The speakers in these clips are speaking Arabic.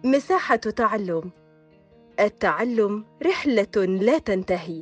مساحة تعلم. التعلم رحلة لا تنتهي.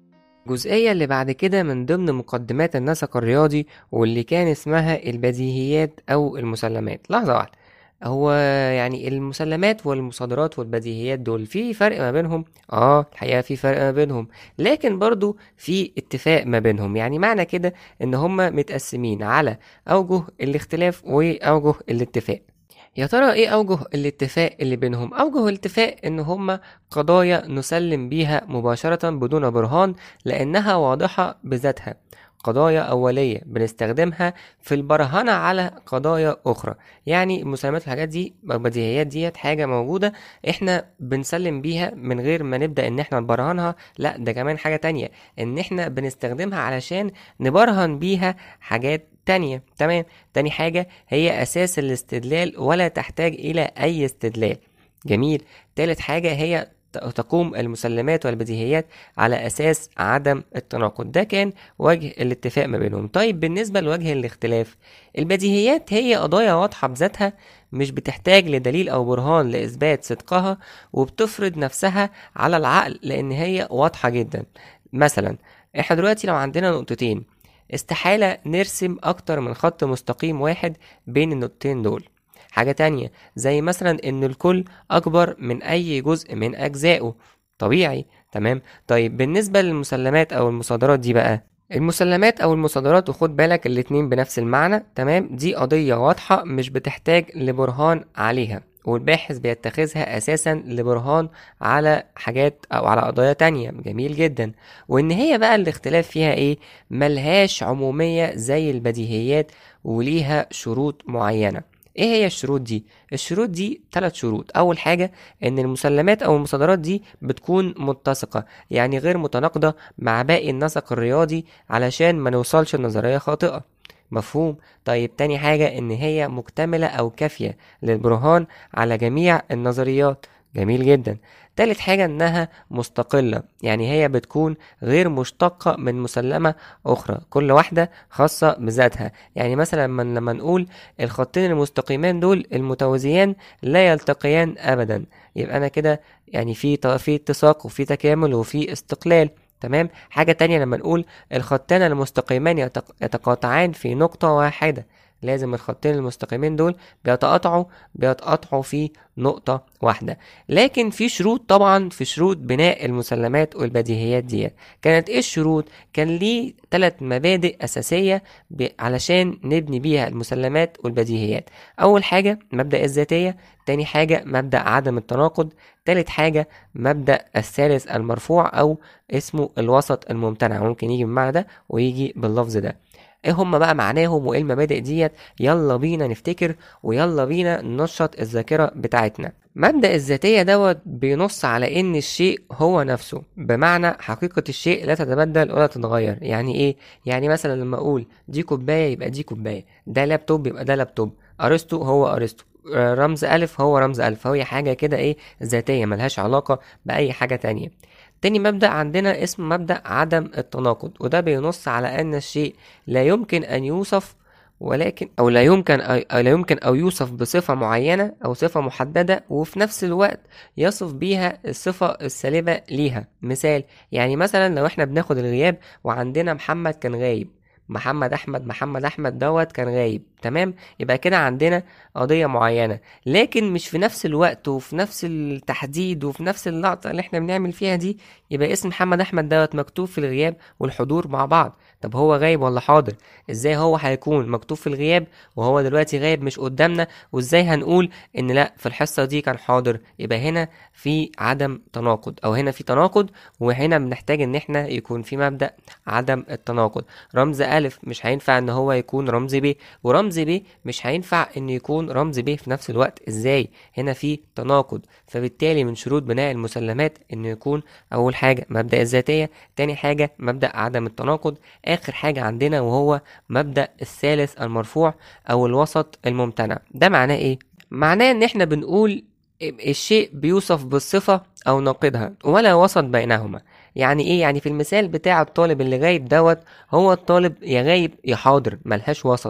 الجزئية اللي بعد كده من ضمن مقدمات النسق الرياضي واللي كان اسمها البديهيات أو المسلمات. لحظة واحدة، هو يعني المسلمات والمصادرات والبديهيات دول في فرق ما بينهم؟ الحقيقة في فرق ما بينهم، لكن برضو في اتفاق ما بينهم. يعني معنى كده ان هما متقسمين على أوجه الاختلاف وأوجه الاتفاق. يا ترى ايه اوجه الاتفاق اللي بينهم؟ اوجه الاتفاق ان هما قضايا نسلم بيها مباشرة بدون برهان لانها واضحة بذاتها، قضايا أولية بنستخدمها في البرهنة على قضايا أخرى. يعني المسلمات والحاجات دي أو البديهيات ديت حاجة موجودة احنا بنسلم بيها من غير ما نبدأ ان احنا نبرهنها، لا ده كمان حاجة تانية ان احنا بنستخدمها علشان نبرهن بيها حاجات تانية. تمام. تاني حاجة هي أساس الاستدلال ولا تحتاج إلى أي استدلال. جميل. تالت حاجة هي تقوم المسلمات والبديهيات على أساس عدم التناقض. ده كان وجه الاتفاق ما بينهم. طيب بالنسبة لوجه الاختلاف، البديهيات هي قضايا واضحة بذاتها مش بتحتاج لدليل أو برهان لإثبات صدقها، وبتفرض نفسها على العقل لأن هي واضحة جدا. مثلا احنا دلوقتي لو عندنا نقطتين، استحالة نرسم أكتر من خط مستقيم واحد بين النقطتين دول. حاجة تانية زي مثلا إن الكل أكبر من أي جزء من أجزائه، طبيعي. تمام. طيب بالنسبة للمسلمات أو المصادرات دي بقى، المسلمات أو المصادرات وخد بالك الاتنين بنفس المعنى، تمام، دي قضية واضحة مش بتحتاج لبرهان عليها، والباحث بيتخذها أساسا لبرهان على حاجات أو على قضايا تانية. جميل جدا. وإن هي بقى الاختلاف فيها إيه؟ ملهاش عمومية زي البديهيات وليها شروط معينة. ايه هي الشروط دي؟ الشروط دي 3 شروط. اول حاجة ان المسلمات او المصادرات دي بتكون متسقة، يعني غير متناقضة مع باقي النسق الرياضي علشان ما نوصلش لنظرية خاطئة. مفهوم؟ طيب تاني حاجة ان هي مكتملة او كافية للبرهان على جميع النظريات. جميل جدا. تالت حاجة انها مستقلة، يعني هي بتكون غير مشتقة من مسلمة اخرى، كل واحدة خاصة بذاتها. يعني مثلا لما نقول الخطين المستقيمان دول المتوازيان لا يلتقيان ابدا، يبقى انا كده يعني في اتساق وفي تكامل وفي استقلال. تمام. حاجة تانية لما نقول الخطان المستقيمان يتقاطعان في نقطة واحدة، لازم الخطين المستقيمين دول بيتقاطعوا في نقطة واحدة. لكن في شروط طبعا، في شروط بناء المسلمات والبديهيات دي. كانت ايه الشروط؟ كان ليه 3 مبادئ أساسية علشان نبني بيها المسلمات والبديهيات. أول حاجة مبدأ الذاتية، تاني حاجة مبدأ عدم التناقض، تالت حاجة مبدأ الثالث المرفوع أو اسمه الوسط الممتنع. ممكن يجي بالمعنى ده ويجي باللفظ ده. ايه هم بقى معناهم وايه المبادئ ديت؟ يلا بينا نفتكر ويلا بينا ننشط الذاكرة بتاعتنا. مبدأ الذاتية دوت بينص على ان الشيء هو نفسه، بمعنى حقيقة الشيء لا تتبدل ولا تتغير. يعني ايه؟ يعني مثلا لما اقول دي كوباية يبقى دي كوباية، ده لابتوب يبقى ده لابتوب، ارسطو هو ارسطو، رمز ألف هو رمز ألف. هي حاجة كده ايه؟ ذاتية، ملهاش علاقة بأي حاجة تانية. تاني مبدأ عندنا اسمه مبدأ عدم التناقض، وده بينص على أن الشيء لا يمكن أن يوصف ولكن أو لا يمكن أو يوصف بصفة معينة أو صفة محددة وفي نفس الوقت يصف بيها الصفة السالبة ليها. مثال، يعني مثلا لو احنا بناخد الغياب وعندنا محمد كان غايب، محمد أحمد دوت كان غايب، تمام، يبقى كده عندنا قضية معينة، لكن مش في نفس الوقت وفي نفس التحديد وفي نفس اللقطة اللي احنا بنعمل فيها دي يبقى اسم محمد أحمد دوت مكتوب في الغياب والحضور مع بعض. طب هو غايب ولا حاضر؟ ازاي هو هيكون مكتوب في الغياب وهو دلوقتي غايب مش قدامنا؟ وازاي هنقول ان لا في الحصة دي كان حاضر؟ يبقى هنا في عدم تناقض، او هنا في تناقض، وهنا بنحتاج ان احنا يكون في مبدأ عدم التناقض. رمز ألف مش هينفع ان هو يكون رمز ب، ورمز ب مش هينفع ان يكون رمز ب في نفس الوقت. ازاي؟ هنا في تناقض. فبالتالي من شروط بناء المسلمات ان يكون اول حاجة مبدأ الذاتية، تاني حاجة مبدأ عدم التناقض، اخر حاجة عندنا وهو مبدأ الثالث المرفوع او الوسط الممتنع. ده معناه ايه؟ معناه ان احنا بنقول الشيء بيوصف بالصفة او ناقضها ولا وسط بينهما. يعني ايه؟ يعني في المثال بتاع الطالب اللي غايب دوت، هو الطالب يا غايب يا حاضر، ملهاش وسط.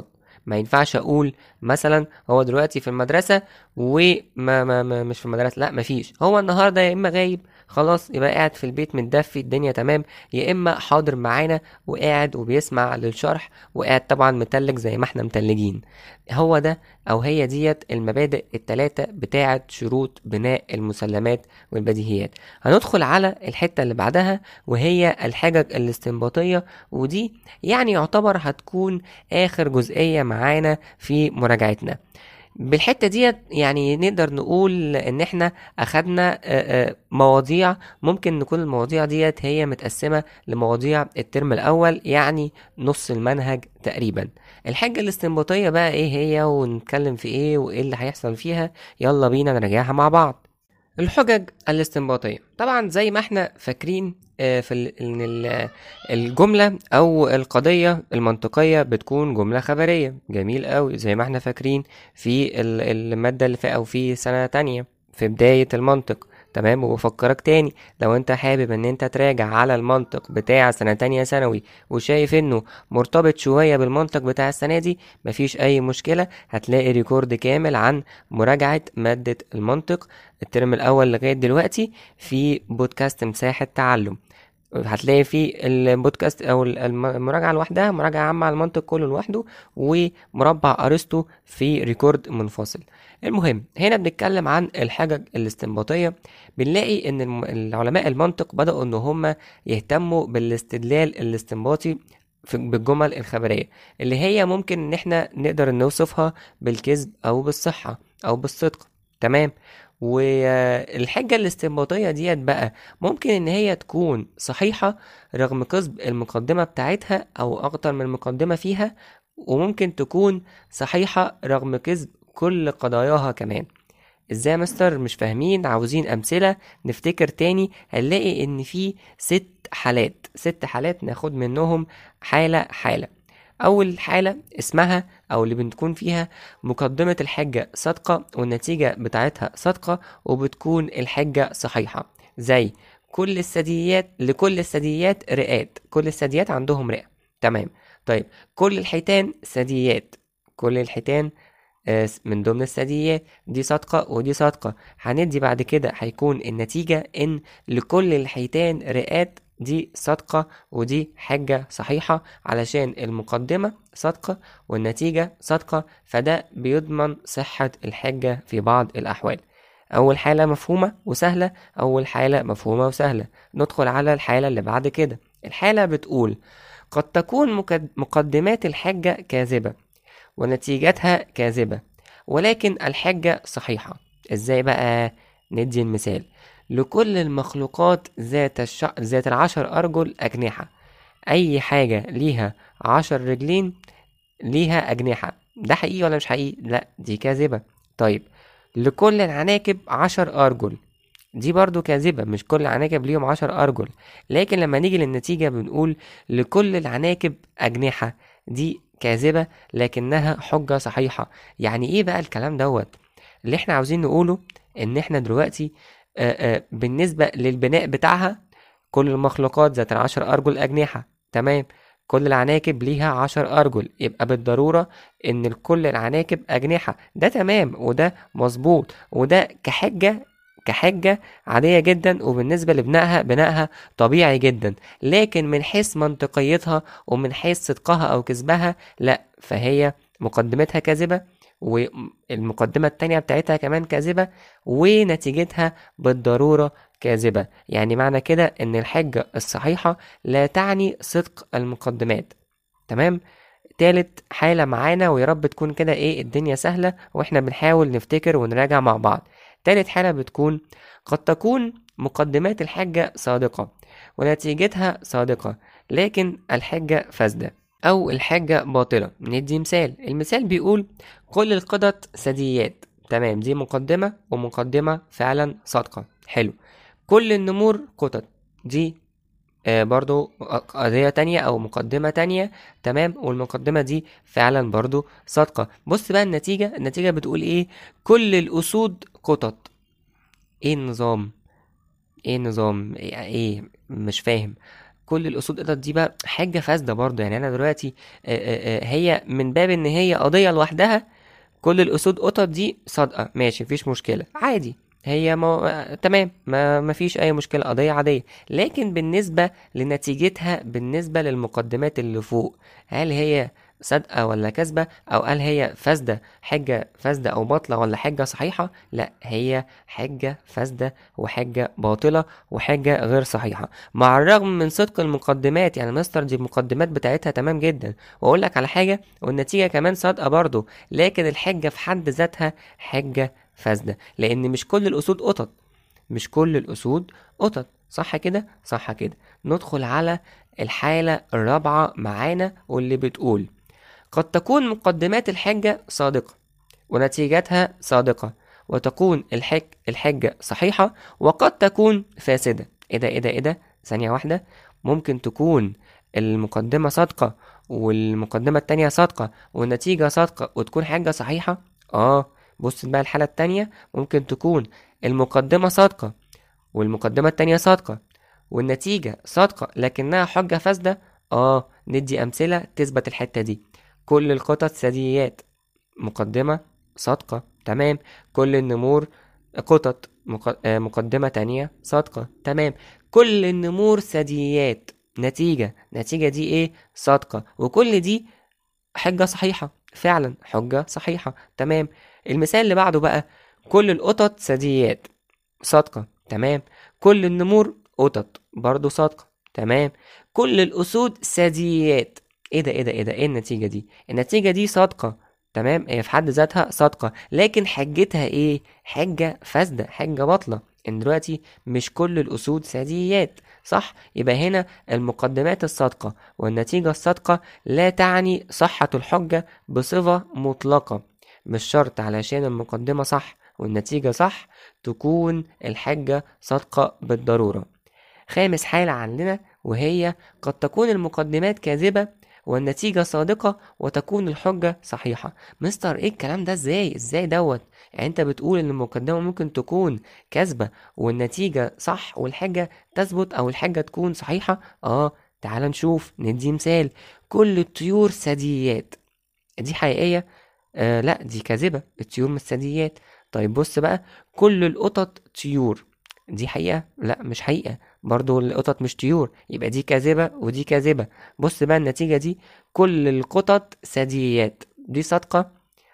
ما ينفعش اقول مثلا هو دلوقتي في المدرسة وما مش في المدرسة، لا مفيش. هو النهاردة يا اما غايب خلاص يبقى قاعد في البيت متدفي الدنيا تمام، يا اما حاضر معانا وقاعد وبيسمع للشرح وقاعد طبعا متلج زي ما احنا متلجين. هو ده او هي ديت المبادئ التلاتة بتاعة شروط بناء المسلمات والبديهيات. هندخل على الحتة اللي بعدها وهي الحجج الاستنباطية، ودي يعني يعتبر هتكون آخر جزئية معانا في مراجعتنا. بالحتة ديت يعني نقدر نقول ان احنا اخدنا مواضيع، ممكن نكون المواضيع ديت هي متقسمة لمواضيع الترم الاول، يعني نص المنهج تقريبا. الحجة الاستنباطية بقى ايه هي ونتكلم في ايه وايه اللي هيحصل فيها؟ يلا بينا نراجعها مع بعض. الحجج الاستنباطية طبعا زي ما احنا فاكرين ان الجملة او القضية المنطقية بتكون جملة خبرية. جميل قوي زي ما احنا فاكرين في المادة اللي او في سنة تانية في بداية المنطق. تمام، وبفكرك تاني لو انت حابب ان انت تراجع على المنطق بتاع سنة تانية ثانوي وشايف انه مرتبط شوية بالمنطق بتاع السنة دي، مفيش اي مشكلة، هتلاقي ريكورد كامل عن مراجعة مادة المنطق الترم الاول لغاية دلوقتي في بودكاست مساحة تعلم. هتلاقي في البودكاست او المراجعة لوحدها، مراجعة عامة على المنطق كله لوحده، ومربع ارسطو في ريكورد منفصل. المهم هنا بنتكلم عن الحجج الاستنباطية. بنلاقي ان العلماء المنطق بدأوا ان هم يهتموا بالاستدلال الاستنباطي بالجمل الخبرية اللي هي ممكن ان احنا نقدر نوصفها بالكذب او بالصحة او بالصدق. تمام، والحجة الاستنباطية ديت بقى ممكن ان هي تكون صحيحة رغم كذب المقدمة بتاعتها او اكتر من مقدمة فيها، وممكن تكون صحيحة رغم كذب كل قضاياها كمان. ازاي يا مستر؟ مش فاهمين، عاوزين امثلة. نفتكر تاني، هنلاقي ان في 6 حالات ناخد منهم حالة حالة. اول حالة اسمها او اللي بتكون فيها مقدمة الحجة صادقة والنتيجة بتاعتها صادقة وبتكون الحجة صحيحة، زي لكل الثدييات رئات، كل الثدييات عندهم رئة. تمام، طيب كل الحيتان ثدييات، كل الحيتان من ضمن الثدييات، دي صادقة ودي صادقة. هندي بعد كده هيكون النتيجة ان لكل الحيتان رئات، دي صادقة ودي حجة صحيحة علشان المقدمة صادقة والنتيجة صادقة، فده بيضمن صحة الحجة في بعض الأحوال. أول حالة مفهومة وسهلة، أول حالة مفهومة وسهلة. ندخل على الحالة اللي بعد كده. الحالة بتقول قد تكون مقدمات الحجة كاذبة ونتيجتها كاذبة ولكن الحجة صحيحة. ازاي بقى؟ ندي المثال: لكل المخلوقات ذات ال10 أرجل أجنحة. أي حاجة ليها 10 رجلين ليها أجنحة، ده حقيقي ولا مش حقيقي؟ لا، دي كاذبة. طيب لكل العناكب 10 أرجل، دي برضو كاذبة، مش كل العناكب ليهم 10 أرجل. لكن لما نيجي للنتيجة بنقول لكل العناكب أجنحة، دي كاذبة لكنها حجة صحيحة. يعني ايه بقى الكلام دوت؟ اللي احنا عاوزين نقوله ان احنا دلوقتي بالنسبة للبناء بتاعها كل المخلوقات ذات ال10 أرجل أجنحة. تمام، كل العناكب ليها 10 أرجل، يبقى بالضرورة ان كل العناكب أجنحة. ده تمام وده مظبوط وده كحجة عادية جدا، وبالنسبة بنائها طبيعي جدا. لكن من حيث منطقيتها ومن حيث صدقها أو كذبها، لا، فهي مقدمتها كاذبة والمقدمة التانية بتاعتها كمان كاذبة ونتيجتها بالضرورة كاذبة. يعني معنى كده ان الحجة الصحيحة لا تعني صدق المقدمات. تمام، تالت حالة معانا، ويا رب تكون كده ايه الدنيا سهلة واحنا بنحاول نفتكر ونراجع مع بعض. تالت حالة بتكون قد تكون مقدمات الحجة صادقة ونتيجتها صادقة لكن الحجة فاسدة أو الحجة باطلة. ندي المثال بيقول كل القطط ثدييات. تمام، دي مقدمة ومقدمة فعلا صادقة. حلو. كل النمور قطط، دي برضو قضية تانية أو مقدمة تانية. تمام، والمقدمة دي فعلا برضو صادقة. بص بقى النتيجة بتقول ايه؟ كل الأسود قطط. ايه النظام؟ ايه مش فاهم. كل الاسود قطط دي بقى حاجه فاسده برضه. يعني انا دلوقتي هي من باب ان هي قضيه لوحدها، كل الاسود قطط دي صادقه ماشي مفيش مشكله عادي، هي تمام، ما فيش اي مشكله، قضيه عاديه. لكن بالنسبه لنتيجتها، بالنسبه للمقدمات اللي فوق، هل هي صادقه ولا كاذبه، او هل هي فاسده، حجه فاسده او باطله، ولا حجه صحيحه؟ لا، هي حجه فاسده وحجه باطله وحجه غير صحيحه، مع الرغم من صدق المقدمات. يعني مستر دي المقدمات بتاعتها تمام جدا، واقول لك على حاجه، والنتيجه كمان صادقه برضو، لكن الحجة في حد ذاتها حجة فاسدة، لأن مش كل الأسود قطط، مش كل الأسود قطط. صح كده؟ صح كده. ندخل على الحالة الرابعة معانا، واللي بتقول: قد تكون مقدمات الحجة صادقة ونتيجتها صادقة، وتكون الحجة صحيحة، وقد تكون فاسدة. ايه ده ثانية واحدة، ممكن تكون المقدمة صادقة والمقدمة التانية صادقة والنتيجة صادقة وتكون حاجة صحيحة؟ اه. بص بقى الحالة التانية، ممكن تكون المقدمة صادقة والمقدمة التانية صادقة والنتيجة صادقة لكنها حجة فاسدة. اه، ندي أمثلة تثبت الحتة دي. كل القطط ثدييات، مقدمة صادقة تمام. كل النمور قطط، مقدمة تانية صادقة تمام. كل النمور ثدييات، نتيجة دي ايه؟ صادقة. وكل دي حجة صحيحة، فعلا حجة صحيحة تمام. المثال اللي بعده بقى: كل القطط ثدييات، صادقة تمام. كل النمور قطط، برضو صادقة تمام. كل الأسود ثدييات. ايه النتيجة دي؟ النتيجة دي صادقة تمام، هي في حد ذاتها صادقة، لكن حجتها ايه؟ حجة فاسدة، حجة باطلة، ان دلوقتي مش كل الأسود ثدييات. صح؟ يبقى هنا المقدمات الصادقة والنتيجة الصادقة لا تعني صحة الحجة بصفة مطلقة. مش شرط علشان المقدمة صح والنتيجة صح تكون الحجة صادقة بالضرورة. خامس حالة عندنا وهي: قد تكون المقدمات كاذبة والنتيجة صادقة وتكون الحجة صحيحة. مستر ايه الكلام ده؟ ازاي دوت؟ يعني انت بتقول ان المقدمة ممكن تكون كاذبة والنتيجة صح والحجة تثبت او الحجة تكون صحيحة. اه، تعال نشوف، ندي مثال: كل الطيور ثدييات. دي حقيقية؟ لا، دي كاذبة، الطيور مش ثدييات. طيب بص بقى: كل القطط طيور. دي حقيقة؟ لا مش حقيقة، برضو القطط مش طيور، يبقى دي كاذبة ودي كاذبة. بص بقى النتيجة دي: كل القطط ثدييات. دي صادقة؟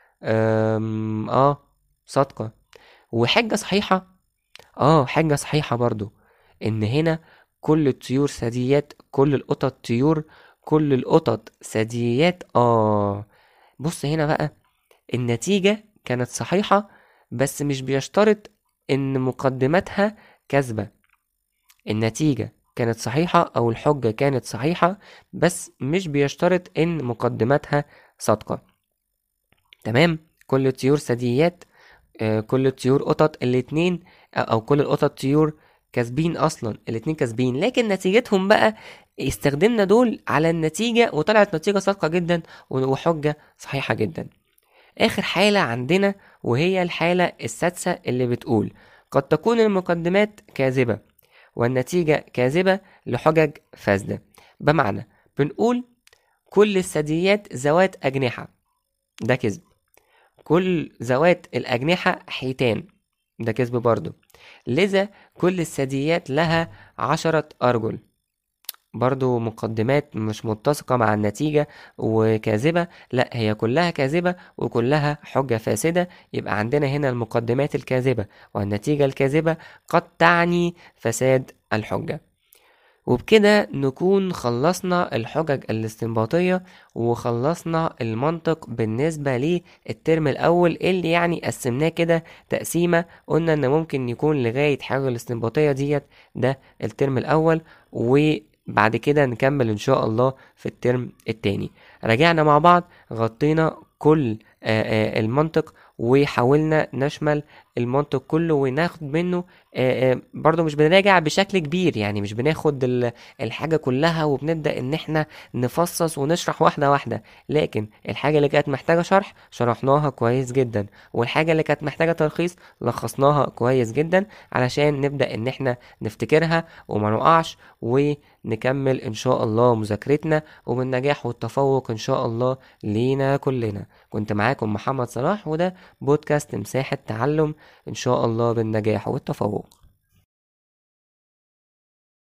صادقة. وحجة صحيحة؟ حجة صحيحة برضو، ان هنا كل الطيور ثدييات، كل القطط طيور، كل القطط ثدييات. بص هنا بقى، النتيجة كانت صحيحة بس مش بيشترط ان مقدماتها كاذبة. النتيجة كانت صحيحة او الحجة كانت صحيحة بس مش بيشترط ان مقدماتها صادقة تمام. كل الطيور ثدييات، كل الطيور قطط، الاتنين او كل القطط طيور كاسبين، اصلا الاتنين كاسبين، لكن نتيجتهم بقى استخدمنا دول على النتيجة وطلعت نتيجة صادقة جدا وحجة صحيحة جدا. آخر حالة عندنا وهي الحالة السادسة اللي بتقول: قد تكون المقدمات كاذبة والنتيجة كاذبة لحجج فاسدة. بمعنى بنقول كل الثدييات ذوات أجنحة، ده كذب. كل ذوات الأجنحة حيتان، ده كذب برضو. لذا كل الثدييات لها 10 أرجل، برضو مقدمات مش متسقة مع النتيجة وكاذبة. لا، هي كلها كاذبة وكلها حجة فاسدة. يبقى عندنا هنا المقدمات الكاذبة والنتيجة الكاذبة قد تعني فساد الحجة. وبكده نكون خلصنا الحجج الاستنباطية وخلصنا المنطق بالنسبة للترم الأول، اللي يعني قسمناه كده تقسيمة، قلنا إن ممكن يكون لغاية حاجة الاستنباطية ديت ده الترم الأول، وبعد كده نكمل إن شاء الله في الترم التاني. راجعنا مع بعض، غطينا كل المنطق وحاولنا نشمل المنطق كله وناخد منه. برضو مش بنراجع بشكل كبير، يعني مش بناخد الحاجة كلها وبنبدأ ان احنا نفصص ونشرح واحدة واحدة، لكن الحاجة اللي كانت محتاجة شرح شرحناها كويس جدا، والحاجة اللي كانت محتاجة تلخيص لخصناها كويس جدا، علشان نبدأ ان احنا نفتكرها وما نقعش، ونكمل ان شاء الله مذاكرتنا، وبالنجاح والتفوق ان شاء الله لينا كلنا. كنت معاكم محمد صلاح، وده بودكاست مساحة تعلم، ان شاء الله بالنجاح والتفوق.